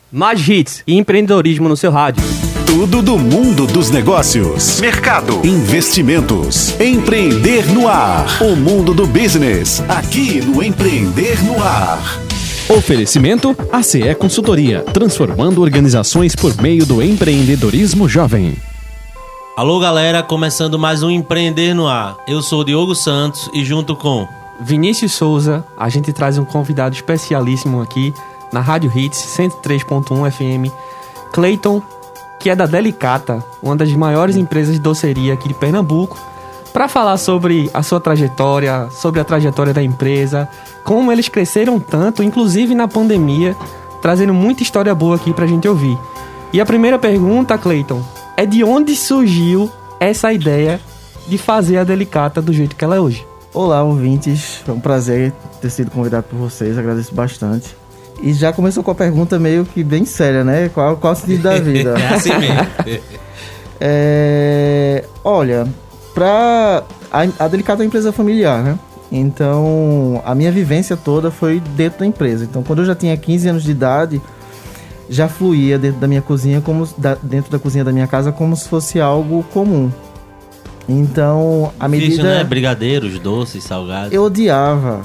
Mais hits e empreendedorismo no seu rádio. Tudo do mundo dos negócios, mercado, investimentos, empreender no ar. O mundo do business, aqui no Empreender no Ar. Oferecimento ACE Consultoria, transformando organizações por meio do empreendedorismo jovem. Alô galera, começando mais um Empreender no Ar. Eu sou o Diogo Santos e junto com Vinícius Souza, a gente traz um convidado especialíssimo aqui na Rádio Hits 103.1 FM, Cleiton, que é da Delicata, uma das maiores empresas de doceria aqui de Pernambuco, para falar sobre a sua trajetória, sobre a trajetória da empresa, como eles cresceram tanto, inclusive na pandemia, trazendo muita história boa aqui pra gente ouvir. E a primeira pergunta, Cleiton, é de onde surgiu essa ideia de fazer a Delicata do jeito que ela é hoje? Olá, ouvintes. É um prazer ter sido convidado por vocês, agradeço bastante. E já começou com a pergunta meio que bem séria, né? Qual o sentido da vida? É assim mesmo. Olha, a Delicata é uma empresa familiar, né? Então, a minha vivência toda foi dentro da empresa. Então, quando eu já tinha 15 anos de idade, já fluía dentro da minha cozinha, dentro da cozinha da minha casa, como se fosse algo comum. Então, à medida... Difícil, né? Brigadeiros, doces, salgados. Eu odiava,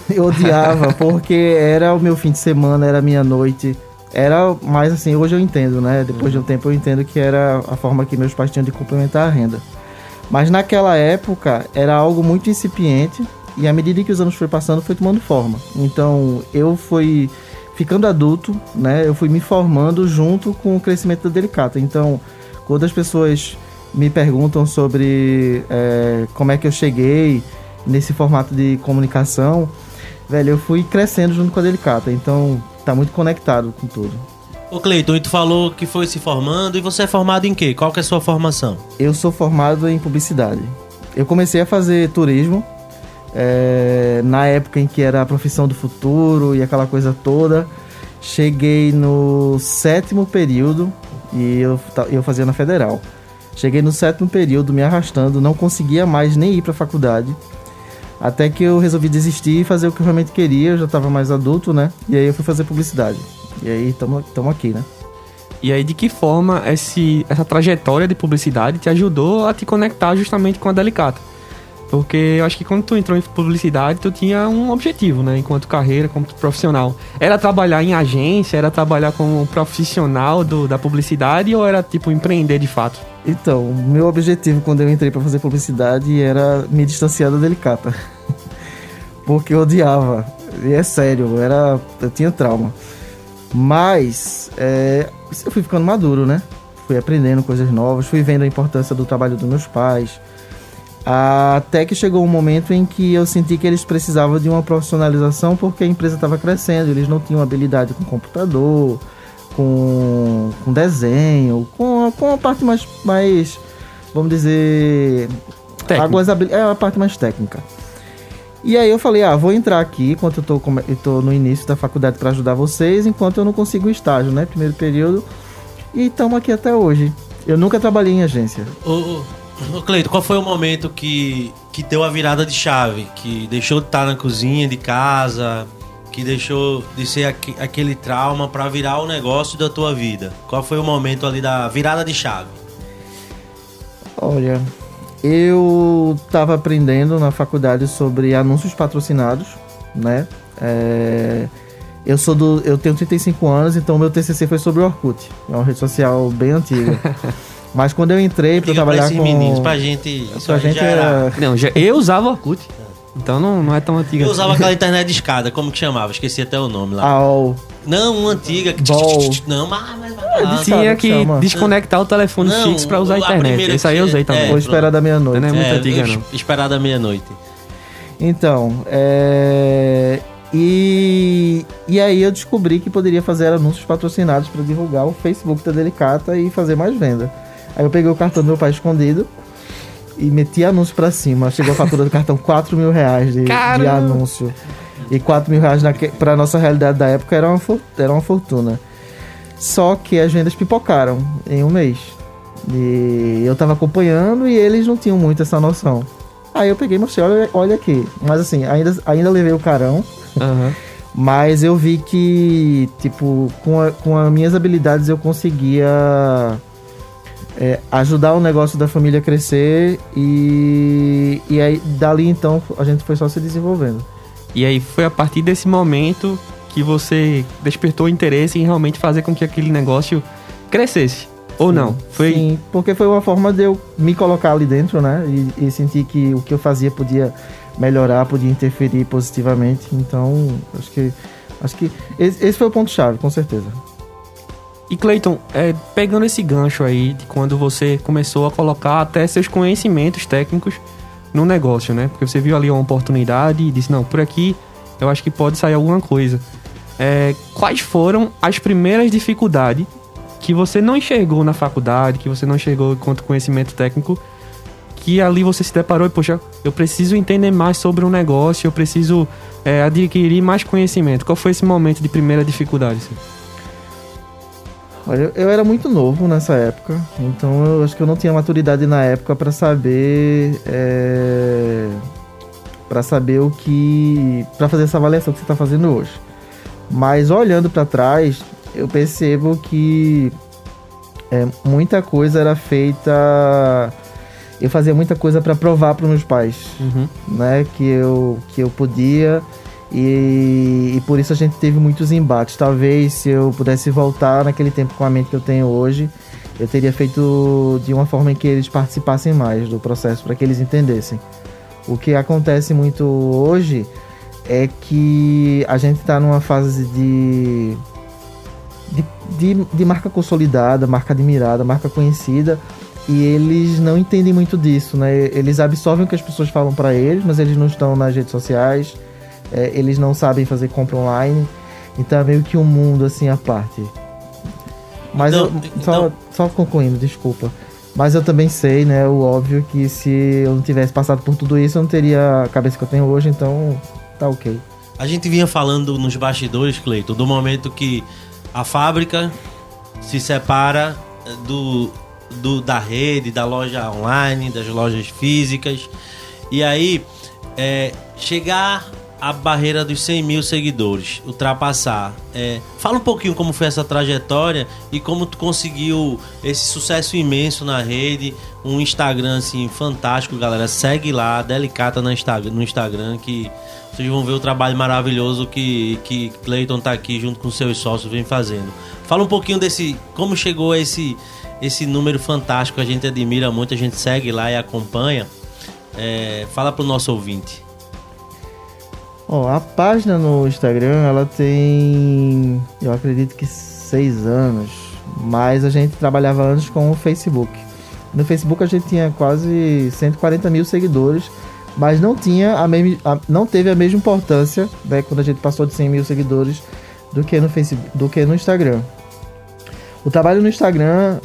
porque era o meu fim de semana, era a minha noite. Era mais assim, hoje eu entendo, né? Depois de um tempo eu entendo que era a forma que meus pais tinham de complementar a renda. Mas naquela época era algo muito incipiente e à medida que os anos foram passando foi tomando forma. Então eu fui ficando adulto, né? Eu fui me formando junto com o crescimento da Delicata. Então quando as pessoas me perguntam sobre como é que eu cheguei nesse formato de comunicação, velho, eu fui crescendo junto com a Delicata. Então tá muito conectado com tudo. Ô Cleiton, e tu falou que foi se formando, e você é formado em quê? Qual que é a sua formação? Eu sou formado em publicidade. Eu comecei a fazer turismo na época em que era a profissão do futuro e aquela coisa toda. Cheguei no 7º período e eu fazia na Federal. Cheguei no 7º período me arrastando, não conseguia mais nem ir para a faculdade. Até que eu resolvi desistir e fazer o que eu realmente queria. Eu já estava mais adulto, né? E aí eu fui fazer publicidade. E aí estamos aqui, né? E aí de que forma essa trajetória de publicidade te ajudou a te conectar justamente com a Delicata? Porque eu acho que quando tu entrou em publicidade, tu tinha um objetivo, né? Enquanto carreira, como profissional. Era trabalhar em agência? Era trabalhar como profissional da publicidade? Ou era tipo empreender de fato? Então, meu objetivo quando eu entrei para fazer publicidade era me distanciar da Delicata. Porque eu odiava. E é sério, eu tinha trauma. Mas eu fui ficando maduro, né? Fui aprendendo coisas novas, fui vendo a importância do trabalho dos meus pais. Até que chegou um momento em que eu senti que eles precisavam de uma profissionalização porque a empresa estava crescendo. Eles não tinham habilidade com computador, com desenho, com a parte mais vamos dizer... a parte mais técnica. E aí eu falei, vou entrar aqui enquanto eu tô no início da faculdade para ajudar vocês, enquanto eu não consigo o estágio, né? Primeiro período. E estamos aqui até hoje. Eu nunca trabalhei em agência. Ô Cleiton, qual foi o momento que deu a virada de chave? Que deixou de estar na cozinha de casa, que deixou de ser aquele trauma para virar o negócio da tua vida? Qual foi o momento ali da virada de chave? Olha... Eu estava aprendendo na faculdade sobre anúncios patrocinados, né? Eu tenho 35 anos, então meu TCC foi sobre o Orkut. É uma rede social bem antiga. Mas quando eu entrei para trabalhar com... meninos, pra gente... Pra gente era... Não, eu usava o Orkut. Então não é tão antiga. Eu usava aquela internet de escada, como que chamava? Esqueci até o nome lá. AOL. Não, uma antiga. Não, tinha que desconectar o telefone fixo pra usar a internet. Esse aí eu usei também. Vou esperar da meia-noite. Não é muito antiga, não. Esperar da meia-noite. Então, E aí eu descobri que poderia fazer anúncios patrocinados para divulgar o Facebook da Delicata e fazer mais venda. Aí eu peguei o cartão do meu pai escondido e meti anúncio pra cima. Chegou a fatura do cartão R$4.000 de anúncio. E R$4.000 pra nossa realidade da época era uma fortuna. Só que as vendas pipocaram em um mês. E eu tava acompanhando e eles não tinham muito essa noção. Aí eu peguei e mostrei, olha aqui. Mas assim, ainda levei o carão. Uhum. Mas eu vi que, tipo, com as minhas habilidades eu conseguia ajudar o negócio da família a crescer e aí dali então a gente foi só se desenvolvendo. E aí foi a partir desse momento que você despertou interesse em realmente fazer com que aquele negócio crescesse, ou não? Sim, porque foi uma forma de eu me colocar ali dentro, né? E sentir que o que eu fazia podia melhorar, podia interferir positivamente. Então, acho que esse foi o ponto-chave, com certeza. E Cleiton, pegando esse gancho aí de quando você começou a colocar até seus conhecimentos técnicos no negócio, né? Porque você viu ali uma oportunidade e disse, não, por aqui eu acho que pode sair alguma coisa. Quais foram as primeiras dificuldades que você não enxergou na faculdade, que você não enxergou enquanto conhecimento técnico, que ali você se deparou e, poxa, eu preciso entender mais sobre um negócio, eu preciso adquirir mais conhecimento. Qual foi esse momento de primeira dificuldade? Assim? Olha, eu era muito novo nessa época, então eu acho que eu não tinha maturidade na época para saber para fazer essa avaliação que você está fazendo hoje. Mas olhando para trás, eu percebo que muita coisa era feita. Eu fazia muita coisa para provar para os meus pais, né, que eu podia. E por isso a gente teve muitos embates. Talvez se eu pudesse voltar naquele tempo com a mente que eu tenho hoje, eu teria feito de uma forma em que eles participassem mais do processo, para que eles entendessem. O que acontece muito hoje é que a gente está numa fase de marca consolidada, marca admirada, marca conhecida, e eles não entendem muito disso, né? Eles absorvem o que as pessoas falam para eles, mas eles não estão nas redes sociais. Eles não sabem fazer compra online, então é meio que um mundo assim à parte. Mas só concluindo, desculpa. Mas eu também sei, né, o óbvio, que se eu não tivesse passado por tudo isso, eu não teria a cabeça que eu tenho hoje, então tá ok. A gente vinha falando nos bastidores, Cleiton, do momento que a fábrica se separa da rede, da loja online, das lojas físicas, e aí chegar a barreira dos 100 mil seguidores, ultrapassar. Fala um pouquinho como foi essa trajetória e como tu conseguiu esse sucesso imenso na rede, um Instagram assim fantástico, galera, segue lá, Delicata no Instagram, que vocês vão ver o trabalho maravilhoso que Cleiton tá aqui junto com seus sócios vem fazendo. Fala um pouquinho como chegou esse número fantástico, a gente admira muito, a gente segue lá e acompanha. Fala pro nosso ouvinte. A página no Instagram, ela tem, eu acredito que 6 anos, mas a gente trabalhava antes com o Facebook. No Facebook a gente tinha quase 140 mil seguidores, mas não teve a mesma importância, né, quando a gente passou de 100 mil seguidores do que no Facebook, do que no Instagram. O trabalho no Instagram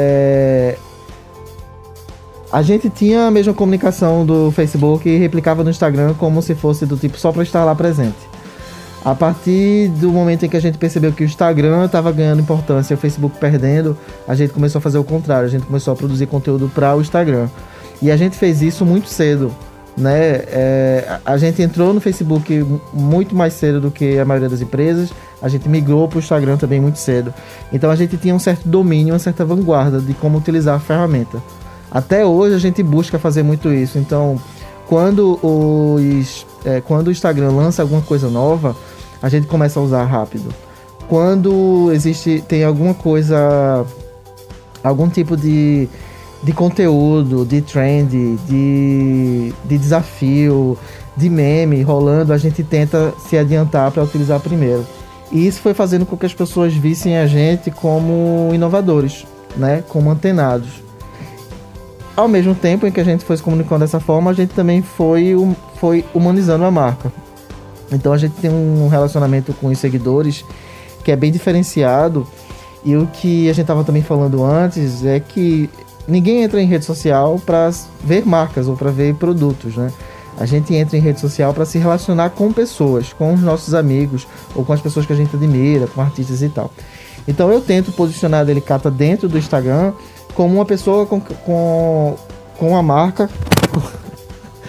a gente tinha a mesma comunicação do Facebook e replicava no Instagram como se fosse do tipo só para estar lá presente. A partir do momento em que a gente percebeu que o Instagram estava ganhando importância e o Facebook perdendo, a gente começou a fazer o contrário, a gente começou a produzir conteúdo para o Instagram. E a gente fez isso muito cedo, né? A gente entrou no Facebook muito mais cedo do que a maioria das empresas, a gente migrou para o Instagram também muito cedo. Então a gente tinha um certo domínio, uma certa vanguarda de como utilizar a ferramenta. Até hoje a gente busca fazer muito isso. Então, quando o Instagram lança alguma coisa nova, a gente começa a usar rápido. Quando tem alguma coisa, algum tipo de conteúdo, de trend, de desafio, de meme rolando, a gente tenta se adiantar para utilizar primeiro. E isso foi fazendo com que as pessoas vissem a gente como inovadores, né? Como antenados. Ao mesmo tempo em que a gente foi se comunicando dessa forma, a gente também foi humanizando a marca. Então a gente tem um relacionamento com os seguidores que é bem diferenciado. E o que a gente estava também falando antes é que ninguém entra em rede social para ver marcas ou para ver produtos, né? A gente entra em rede social para se relacionar com pessoas, com os nossos amigos ou com as pessoas que a gente admira, com artistas e tal. Então eu tento posicionar a Delicata dentro do Instagram como uma pessoa com a marca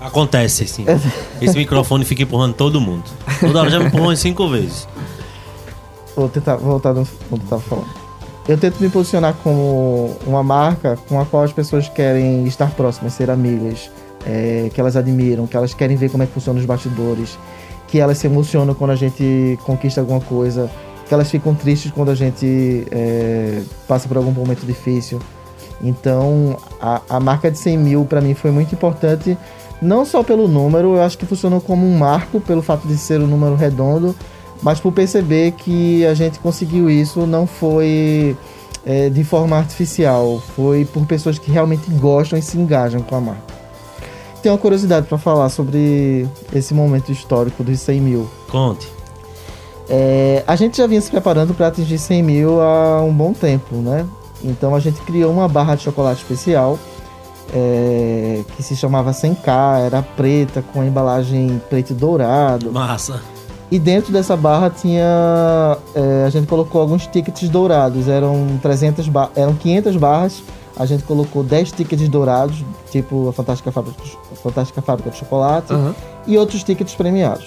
Acontece, sim. Esse microfone fica empurrando todo mundo. Toda hora já me empurrou 5 vezes. Vou tentar voltar no ponto que eu tava falando. Eu tento me posicionar como uma marca com a qual as pessoas querem estar próximas, ser amigas, que elas admiram, que elas querem ver como é que funciona os bastidores, que elas se emocionam quando a gente conquista alguma coisa, que elas ficam tristes quando a gente passa por algum momento difícil. Então, a marca de 100 mil para mim foi muito importante, não só pelo número, eu acho que funcionou como um marco pelo fato de ser um número redondo, mas por perceber que a gente conseguiu isso não foi de forma artificial, foi por pessoas que realmente gostam e se engajam com a marca. Tenho uma curiosidade para falar sobre esse momento histórico dos 100 mil. Conte. A gente já vinha se preparando para atingir 100 mil há um bom tempo, né? Então a gente criou uma barra de chocolate especial que se chamava 100K, era preta, com a embalagem preto e dourado. Massa. E dentro dessa barra tinha... a gente colocou alguns tickets dourados, eram 500 barras, a gente colocou 10 tickets dourados, tipo a Fantástica Fábrica de Chocolate, e outros tickets premiados.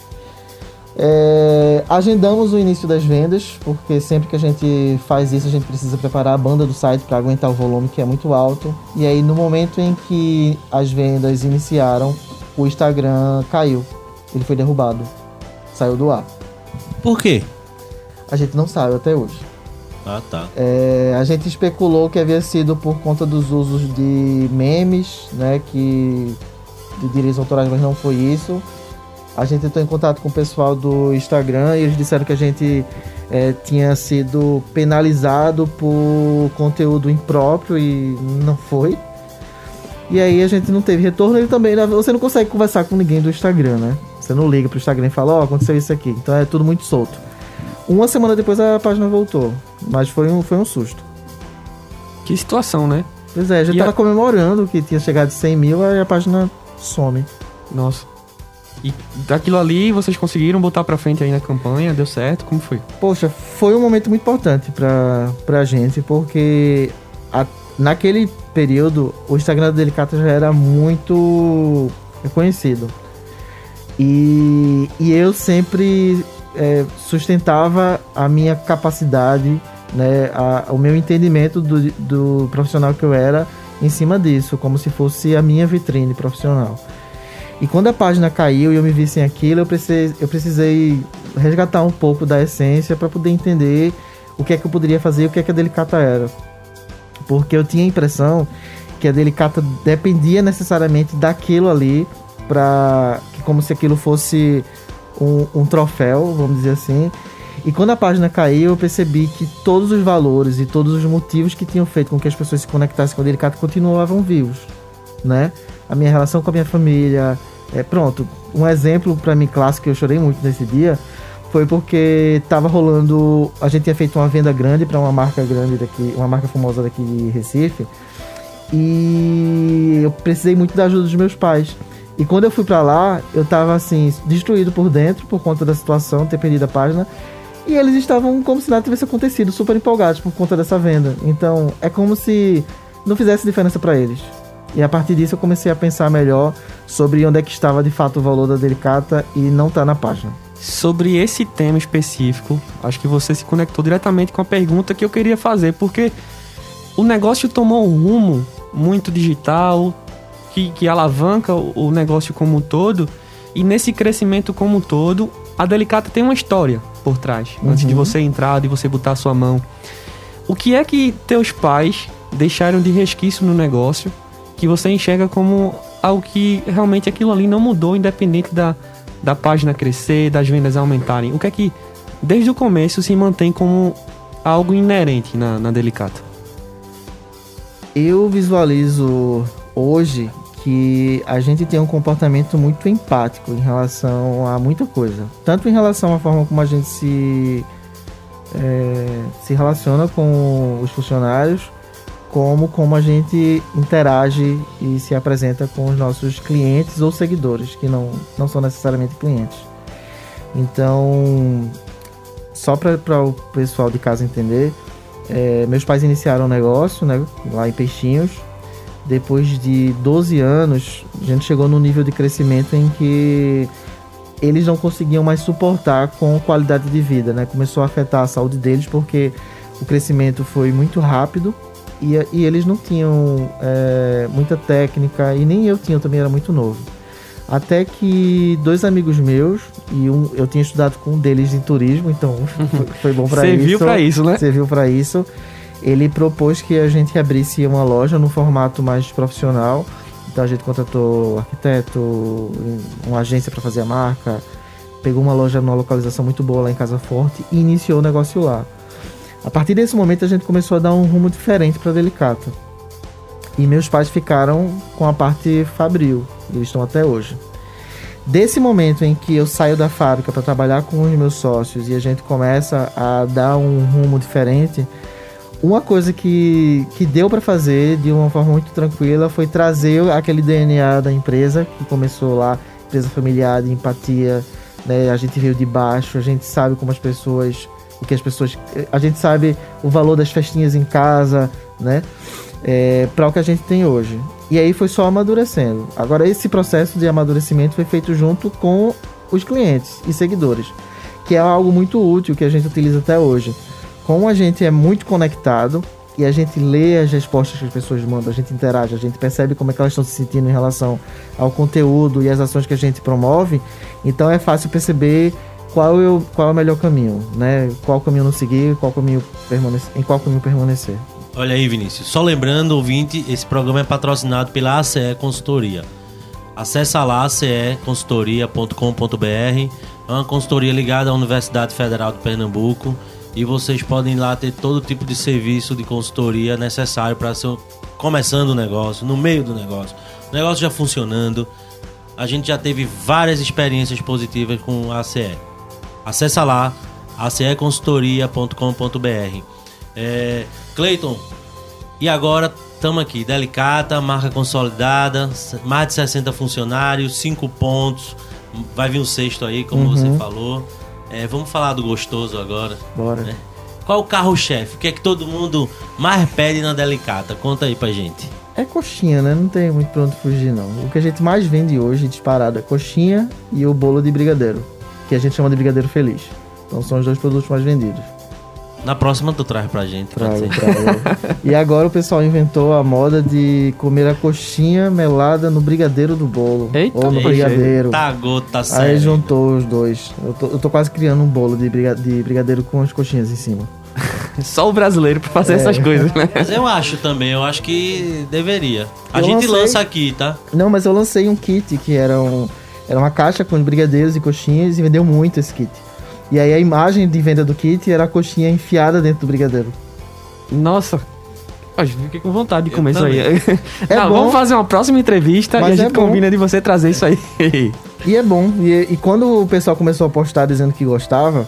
Agendamos o início das vendas, porque sempre que a gente faz isso, a gente precisa preparar a banda do site para aguentar o volume, que é muito alto. E aí, no momento em que as vendas iniciaram, o Instagram caiu. Ele foi derrubado. Saiu do ar. Por quê? A gente não sabe até hoje. Ah, tá. A gente especulou que havia sido por conta dos usos de memes, né, de direitos autorais, mas não foi isso. A gente entrou em contato com o pessoal do Instagram e eles disseram que a gente tinha sido penalizado por conteúdo impróprio e não foi. E aí a gente não teve retorno. E também você não consegue conversar com ninguém do Instagram, né? Você não liga pro Instagram e fala, aconteceu isso aqui. Então é tudo muito solto. Uma semana depois a página voltou, mas foi um susto. Que situação, né? Pois é, a gente tava comemorando que tinha chegado de 100 mil, aí a página some. Nossa. E daquilo ali vocês conseguiram botar pra frente aí na campanha? Deu certo? Como foi? Poxa, foi um momento muito importante pra gente, porque naquele período o Instagram da Delicata já era muito conhecido. E eu sempre sustentava a minha capacidade, né, o meu entendimento do profissional que eu era em cima disso, como se fosse a minha vitrine profissional. E quando a página caiu e eu me vi sem aquilo, eu precisei resgatar um pouco da essência para poder entender o que é que eu poderia fazer e o que é que a Delicata era. Porque eu tinha a impressão que a Delicata dependia necessariamente daquilo ali, como se aquilo fosse um troféu, vamos dizer assim. E quando a página caiu, eu percebi que todos os valores e todos os motivos que tinham feito com que as pessoas se conectassem com a Delicata continuavam vivos, né? A minha relação com a minha família. Pronto, um exemplo para mim clássico que eu chorei muito nesse dia foi porque tava rolando. A gente tinha feito uma venda grande para uma marca grande daqui, uma marca famosa daqui de Recife, e eu precisei muito da ajuda dos meus pais. E quando eu fui para lá, eu tava assim, destruído por dentro por conta da situação, ter perdido a página. E eles estavam como se nada tivesse acontecido, super empolgados por conta dessa venda. Então, é como se não fizesse diferença para eles. E a partir disso eu comecei a pensar melhor sobre onde é que estava de fato o valor da Delicata e não tá na página. Sobre esse tema específico, acho que você se conectou diretamente com a pergunta que eu queria fazer, porque o negócio tomou um rumo muito digital, que alavanca o negócio como um todo, e nesse crescimento como um todo, a Delicata tem uma história por trás, antes de você entrar, de você botar a sua mão. O que é que teus pais deixaram de resquício no negócio que você enxerga como algo que realmente aquilo ali não mudou, independente da página crescer, das vendas aumentarem? O que é que, desde o começo, se mantém como algo inerente na Delicata? Eu visualizo hoje que a gente tem um comportamento muito empático em relação a muita coisa. Tanto em relação à forma como a gente se relaciona com os funcionários, como a gente interage e se apresenta com os nossos clientes ou seguidores, que não são necessariamente clientes. Então, só para o pessoal de casa entender, meus pais iniciaram um negócio, né, lá em Peixinhos, depois de 12 anos, a gente chegou num nível de crescimento em que eles não conseguiam mais suportar com qualidade de vida, né? Começou a afetar a saúde deles porque o crescimento foi muito rápido e eles não tinham muita técnica, e nem eu tinha, eu também era muito novo. Até que 2 amigos meus, eu tinha estudado com um deles em turismo, então foi bom para isso. Serviu para isso, né? Serviu para isso. Ele propôs que a gente abrisse uma loja no formato mais profissional. Então a gente contratou arquiteto, uma agência para fazer a marca, pegou uma loja numa localização muito boa lá em Casa Forte e iniciou o negócio lá. A partir desse momento a gente começou a dar um rumo diferente para a Delicata. E meus pais ficaram com a parte fabril, e eles estão até hoje. Desse momento em que eu saio da fábrica para trabalhar com os meus sócios e a gente começa a dar um rumo diferente, uma coisa que deu para fazer de uma forma muito tranquila foi trazer aquele DNA da empresa, que começou lá, empresa familiar, de empatia, né? A gente veio de baixo, a gente sabe como a gente sabe o valor das festinhas em casa, né? Para o que a gente tem hoje. E aí foi só amadurecendo. Agora, esse processo de amadurecimento foi feito junto com os clientes e seguidores, que é algo muito útil que a gente utiliza até hoje. Como a gente é muito conectado e a gente lê as respostas que as pessoas mandam, a gente interage, a gente percebe como é que elas estão se sentindo em relação ao conteúdo e às ações que a gente promove, então é fácil perceber qual é o melhor caminho, né? Qual caminho não seguir, em qual caminho permanecer. Olha aí, Vinícius. Só lembrando, ouvinte, esse programa é patrocinado pela ACE Consultoria. Acesse lá aceconsultoria.com.br. É uma consultoria ligada à Universidade Federal de Pernambuco e vocês podem lá ter todo tipo de serviço de consultoria necessário para ser começando o negócio, no meio do negócio. O negócio já funcionando. A gente já teve várias experiências positivas com a ACE. Acesse lá aceconsultoria.com.br. Cleiton, e agora estamos aqui, Delicata, marca consolidada, mais de 60 funcionários, 5 pontos, vai vir um 6º aí, como você falou. Vamos falar do gostoso agora. Bora. Né? Qual o carro-chefe? O que é que todo mundo mais pede na Delicata? Conta aí pra gente. É coxinha, né? Não tem muito pra onde fugir, não. O que a gente mais vende hoje, disparado, é coxinha e o bolo de brigadeiro, que a gente chama de brigadeiro feliz. Então são os 2 produtos mais vendidos. Na próxima tu traz pra gente. Trago. E agora o pessoal inventou a moda de comer a coxinha melada no brigadeiro do bolo. Eita, ou no brigadeiro. Tá gota, tá sério. Aí juntou os dois. Eu tô quase criando um bolo de brigadeiro com as coxinhas em cima. Só o brasileiro pra fazer essas coisas, né? Mas eu acho que deveria. A gente lança aqui, tá? Não, mas eu lancei um kit que era uma caixa com brigadeiros e coxinhas e vendeu muito esse kit. E aí a imagem de venda do kit era a coxinha enfiada dentro do brigadeiro. Nossa, eu fiquei com vontade de comer isso também. aí. Bom, vamos fazer uma próxima entrevista e a gente combina de você trazer isso aí. E é bom. E quando o pessoal começou a postar dizendo que gostava,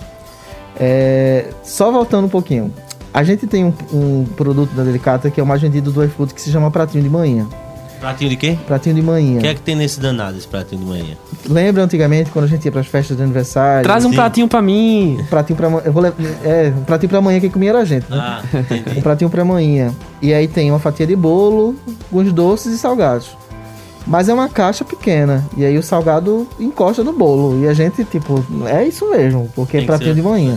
só voltando um pouquinho. A gente tem um produto da Delicata que é o mais vendido do iFood, que se chama pratinho de manhã. Pratinho de quê? Pratinho de manhã. O que é que tem nesse danado, esse pratinho de manhã? Lembra antigamente quando a gente ia pras festas de aniversário? Traz um pratinho pra mim. Um pratinho pra manhã. Um pratinho pra manhã, quem comia era a gente, né? Ah, entendi. Um pratinho pra manhã. E aí tem uma fatia de bolo, alguns doces e salgados. Mas é uma caixa pequena. E aí o salgado encosta no bolo. E a gente, tipo, é isso mesmo, porque é pratinho de manhã.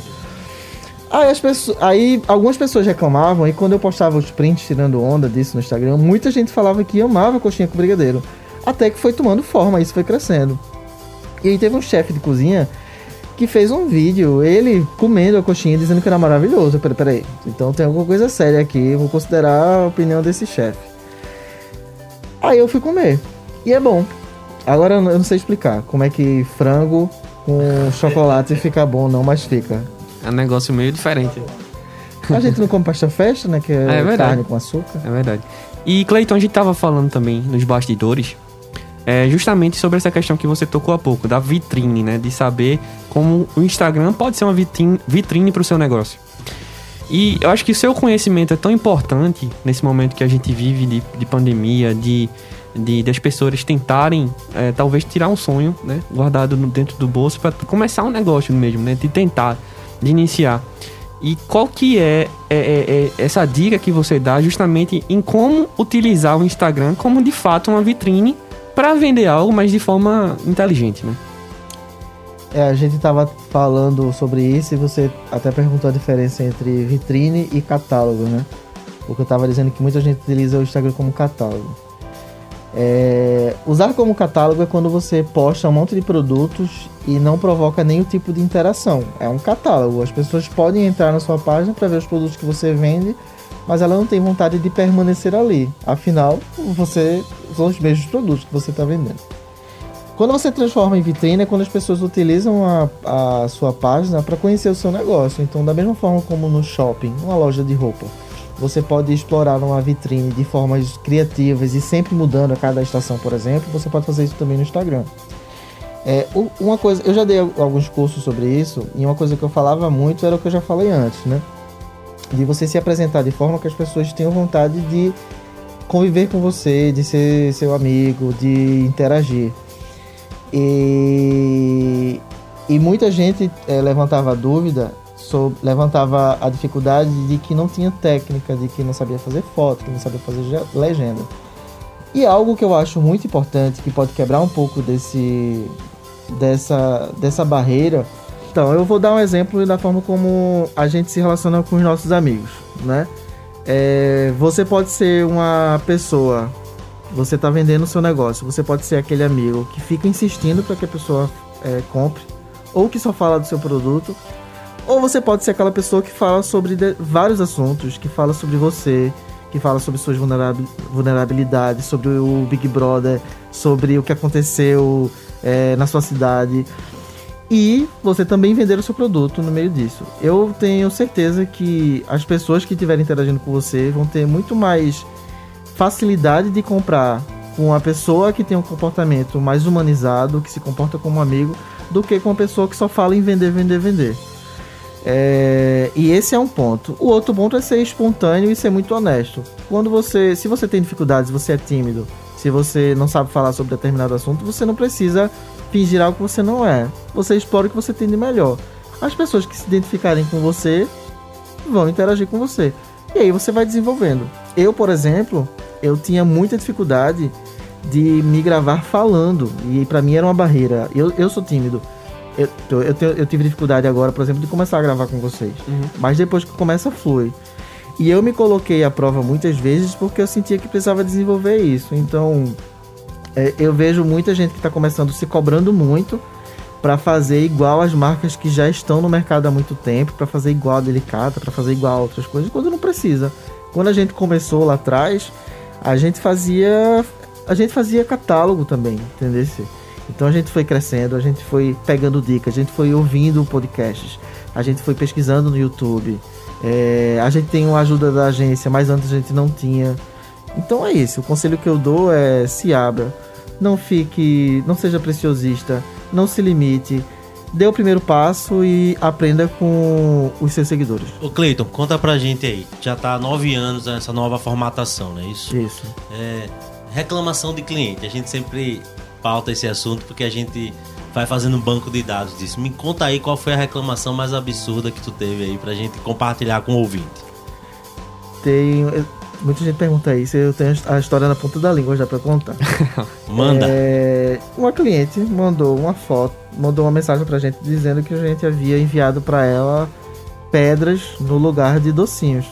Aí algumas pessoas reclamavam, e quando eu postava os prints tirando onda disso no Instagram, muita gente falava que amava coxinha com brigadeiro. Até que foi tomando forma, isso foi crescendo. E aí teve um chefe de cozinha que fez um vídeo, ele comendo a coxinha, dizendo que era maravilhoso. Peraí, então tem alguma coisa séria aqui, eu vou considerar a opinião desse chefe. Aí eu fui comer, e é bom. Agora eu não sei explicar como é que frango com chocolate fica bom não, mas fica. É um negócio meio diferente. A gente não come pasta festa, né? Que é carne com açúcar. É verdade. E, Cleiton, a gente tava falando também nos bastidores, justamente sobre essa questão que você tocou há pouco, da vitrine, né? De saber como o Instagram pode ser uma vitrine pro seu negócio. E eu acho que o seu conhecimento é tão importante nesse momento que a gente vive de pandemia, das pessoas tentarem, talvez, tirar um sonho, né? Guardado dentro do bolso para começar um negócio mesmo, né? De tentar, de iniciar. E qual que é essa dica que você dá justamente em como utilizar o Instagram como de fato uma vitrine para vender algo, mas de forma inteligente, né? A gente tava falando sobre isso e você até perguntou a diferença entre vitrine e catálogo, né? Porque eu tava dizendo que muita gente utiliza o Instagram como catálogo. Usar como catálogo é quando você posta um monte de produtos e não provoca nenhum tipo de interação. É um catálogo. As pessoas podem entrar na sua página para ver os produtos que você vende, mas ela não tem vontade de permanecer ali. Afinal, são os mesmos produtos que você está vendendo. Quando você transforma em vitrine é quando as pessoas utilizam a sua página para conhecer o seu negócio. Então, da mesma forma como no shopping, uma loja de roupa, você pode explorar uma vitrine de formas criativas e sempre mudando a cada estação, por exemplo. Você pode fazer isso também no Instagram. Uma coisa, eu já dei alguns cursos sobre isso, e uma coisa que eu falava muito era o que eu já falei antes, né? De você se apresentar de forma que as pessoas tenham vontade de conviver com você, de ser seu amigo, de interagir. E muita gente levantava a dúvida, levantava a dificuldade de que não tinha técnica, de que não sabia fazer foto, que não sabia fazer legenda. E algo que eu acho muito importante, que pode quebrar um pouco dessa barreira. Então, eu vou dar um exemplo da forma como a gente se relaciona com os nossos amigos, né? Você pode ser uma pessoa, você está vendendo o seu negócio, você pode ser aquele amigo que fica insistindo para que a pessoa compre, ou que só fala do seu produto, ou você pode ser aquela pessoa que fala sobre vários assuntos, que fala sobre você, que fala sobre suas vulnerabilidades, sobre o Big Brother, sobre o que aconteceu na sua cidade. E você também vender o seu produto no meio disso. Eu tenho certeza que as pessoas que estiverem interagindo com você vão ter muito mais facilidade de comprar com a pessoa que tem um comportamento mais humanizado, que se comporta como um amigo, do que com uma pessoa que só fala em vender. E esse é um ponto. O outro ponto é ser espontâneo e ser muito honesto. Se você tem dificuldades, se você é tímido, se você não sabe falar sobre determinado assunto, você não precisa fingir algo que você não é. Você explora o que você tem de melhor. As pessoas que se identificarem com você vão interagir com você. E aí você vai desenvolvendo. Eu, por exemplo, eu tinha muita dificuldade de me gravar falando. E pra mim era uma barreira. Eu sou tímido. Eu tive dificuldade agora, por exemplo, de começar a gravar com vocês. Mas depois que começa, flui. E eu me coloquei à prova muitas vezes porque eu sentia que precisava desenvolver isso. Então, eu vejo muita gente que está começando se cobrando muito para fazer igual as marcas que já estão no mercado há muito tempo, para fazer igual a Delicata, para fazer igual a outras coisas, quando não precisa. Quando a gente começou lá atrás, a gente fazia catálogo também, entendeu? Então a gente foi crescendo, a gente foi pegando dicas, a gente foi ouvindo podcasts, a gente foi pesquisando no YouTube, a gente tem uma ajuda da agência, mas antes a gente não tinha. Então é isso, o conselho que eu dou é: se abra, não seja preciosista, não se limite, dê o primeiro passo e aprenda com os seus seguidores. Ô Cleiton, conta pra gente aí, já tá há 9 anos nessa nova formatação, não é isso? Isso. Reclamação de cliente, a gente sempre pauta esse assunto porque a gente vai fazendo um banco de dados disso. Me conta aí qual foi a reclamação mais absurda que tu teve aí pra gente compartilhar com o ouvinte. Muita gente pergunta isso, eu tenho a história na ponta da língua já pra contar. Manda. Uma cliente mandou uma mensagem pra gente dizendo que a gente havia enviado pra ela pedras no lugar de docinhos.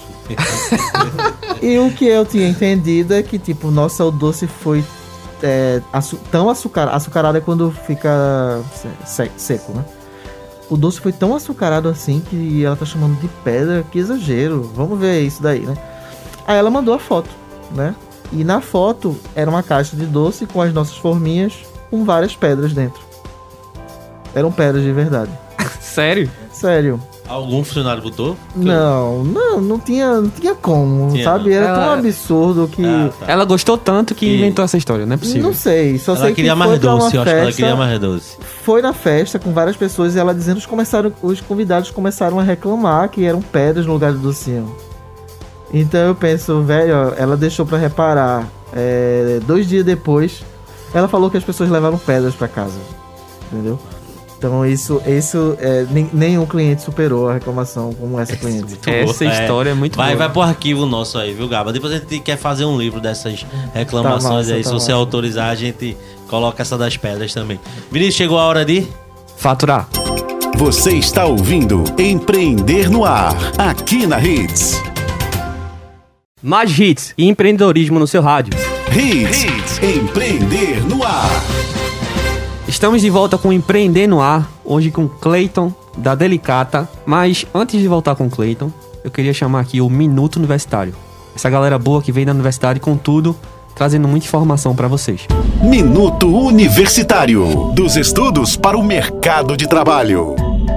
E o que eu tinha entendido é que, tipo, nossa, o doce foi tão açucarado é quando fica seco, né? O doce foi tão açucarado assim que ela tá chamando de pedra, que exagero, vamos ver isso daí, né? Aí ela mandou a foto, né? E na foto era uma caixa de doce com as nossas forminhas com várias pedras dentro. Eram pedras de verdade. Sério? Sério. Algum funcionário botou? Não tinha como, sabe? Era tão absurdo que... Ela gostou tanto que inventou essa história, não é possível. Não sei, só sei que queria mais doce, eu acho que ela queria mais doce. Foi na festa com várias pessoas e ela dizendo os convidados começaram a reclamar que eram pedras no lugar de docinho. Então eu penso, velho, ela deixou pra reparar. 2 dias depois, ela falou que as pessoas levaram pedras pra casa, entendeu? Então isso nenhum cliente superou a reclamação como essa cliente. Essa história é muito boa. Vai pro arquivo nosso aí, viu, Gaba? Depois a gente quer fazer um livro dessas reclamações Tá massa, aí. Se você autorizar, a gente coloca essa das pedras também. Vinícius, chegou a hora de Faturar. Você está ouvindo Empreender no Ar, aqui na Hits. Mais hits e empreendedorismo no seu rádio. Hits, Empreender no Ar. Estamos de volta com Empreender no Ar, hoje com Cleiton, da Delicata. Mas antes de voltar com Cleiton, eu queria chamar aqui o Minuto Universitário. Essa galera boa que vem da universidade com tudo, trazendo muita informação para vocês. Minuto Universitário, dos estudos para o mercado de trabalho.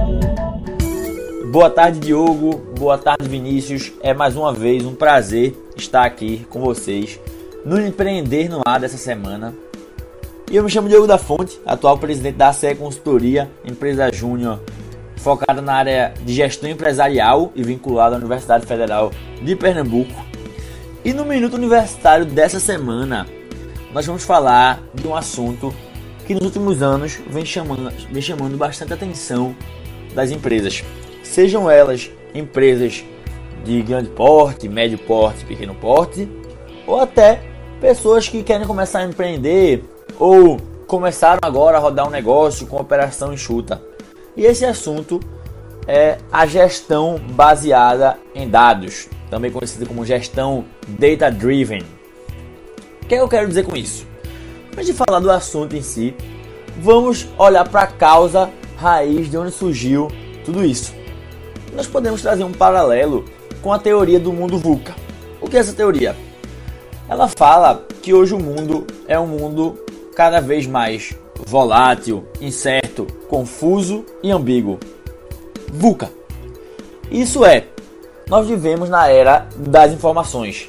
Boa tarde, Diogo. Boa tarde, Vinícius. É mais uma vez um prazer estar aqui com vocês no Empreender no Ar dessa semana. E eu me chamo Diogo da Fonte, atual presidente da ACE Consultoria, empresa júnior focada na área de gestão empresarial e vinculada à Universidade Federal de Pernambuco. E no Minuto Universitário dessa semana, nós vamos falar de um assunto que nos últimos anos vem chamando bastante atenção das empresas. Sejam elas empresas de grande porte, médio porte, pequeno porte, ou até pessoas que querem começar a empreender ou começaram agora a rodar um negócio com operação enxuta. E esse assunto é a gestão baseada em dados, também conhecida como gestão data-driven. O que eu quero dizer com isso? Antes de falar do assunto em si, vamos olhar para a causa raiz de onde surgiu tudo isso. Nós podemos trazer um paralelo com a teoria do mundo VUCA. O que é essa teoria? Ela fala que hoje o mundo é um mundo cada vez mais volátil, incerto, confuso e ambíguo. VUCA. Isso é, nós vivemos na era das informações,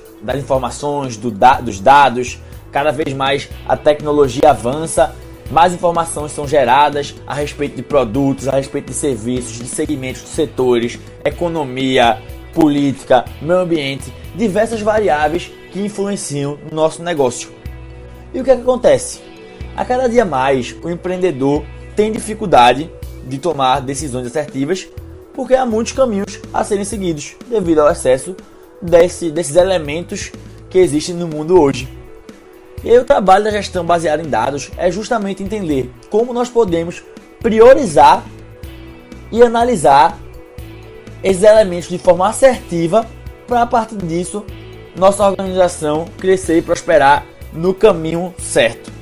dos dados. Cada vez mais a tecnologia avança, mais informações são geradas a respeito de produtos, a respeito de serviços, de segmentos, de setores, economia, política, meio ambiente, diversas variáveis que influenciam no nosso negócio. E o que é que acontece? A cada dia mais o empreendedor tem dificuldade de tomar decisões assertivas porque há muitos caminhos a serem seguidos devido ao excesso desses elementos que existem no mundo hoje. E aí o trabalho da gestão baseada em dados é justamente entender como nós podemos priorizar e analisar esses elementos de forma assertiva para, a partir disso, nossa organização crescer e prosperar no caminho certo.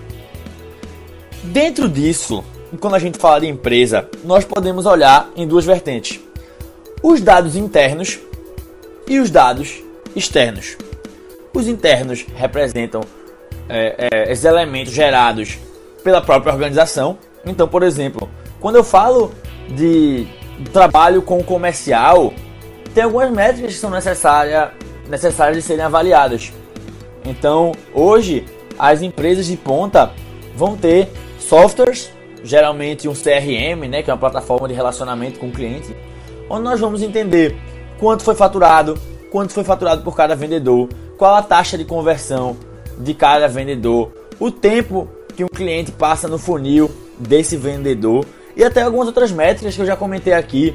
Dentro disso, quando a gente fala de empresa, nós podemos olhar em duas vertentes: os dados internos e os dados externos. Os internos representam esses elementos gerados pela própria organização. Então, por exemplo, quando eu falo de trabalho com o comercial, tem algumas métricas que são necessárias de serem avaliadas. Então, hoje, as empresas de ponta vão ter softwares, geralmente um CRM, que é uma plataforma de relacionamento com o cliente, onde nós vamos entender quanto foi faturado por cada vendedor, qual a taxa de conversão de cada vendedor, o tempo que um cliente passa no funil desse vendedor e até algumas outras métricas que eu já comentei aqui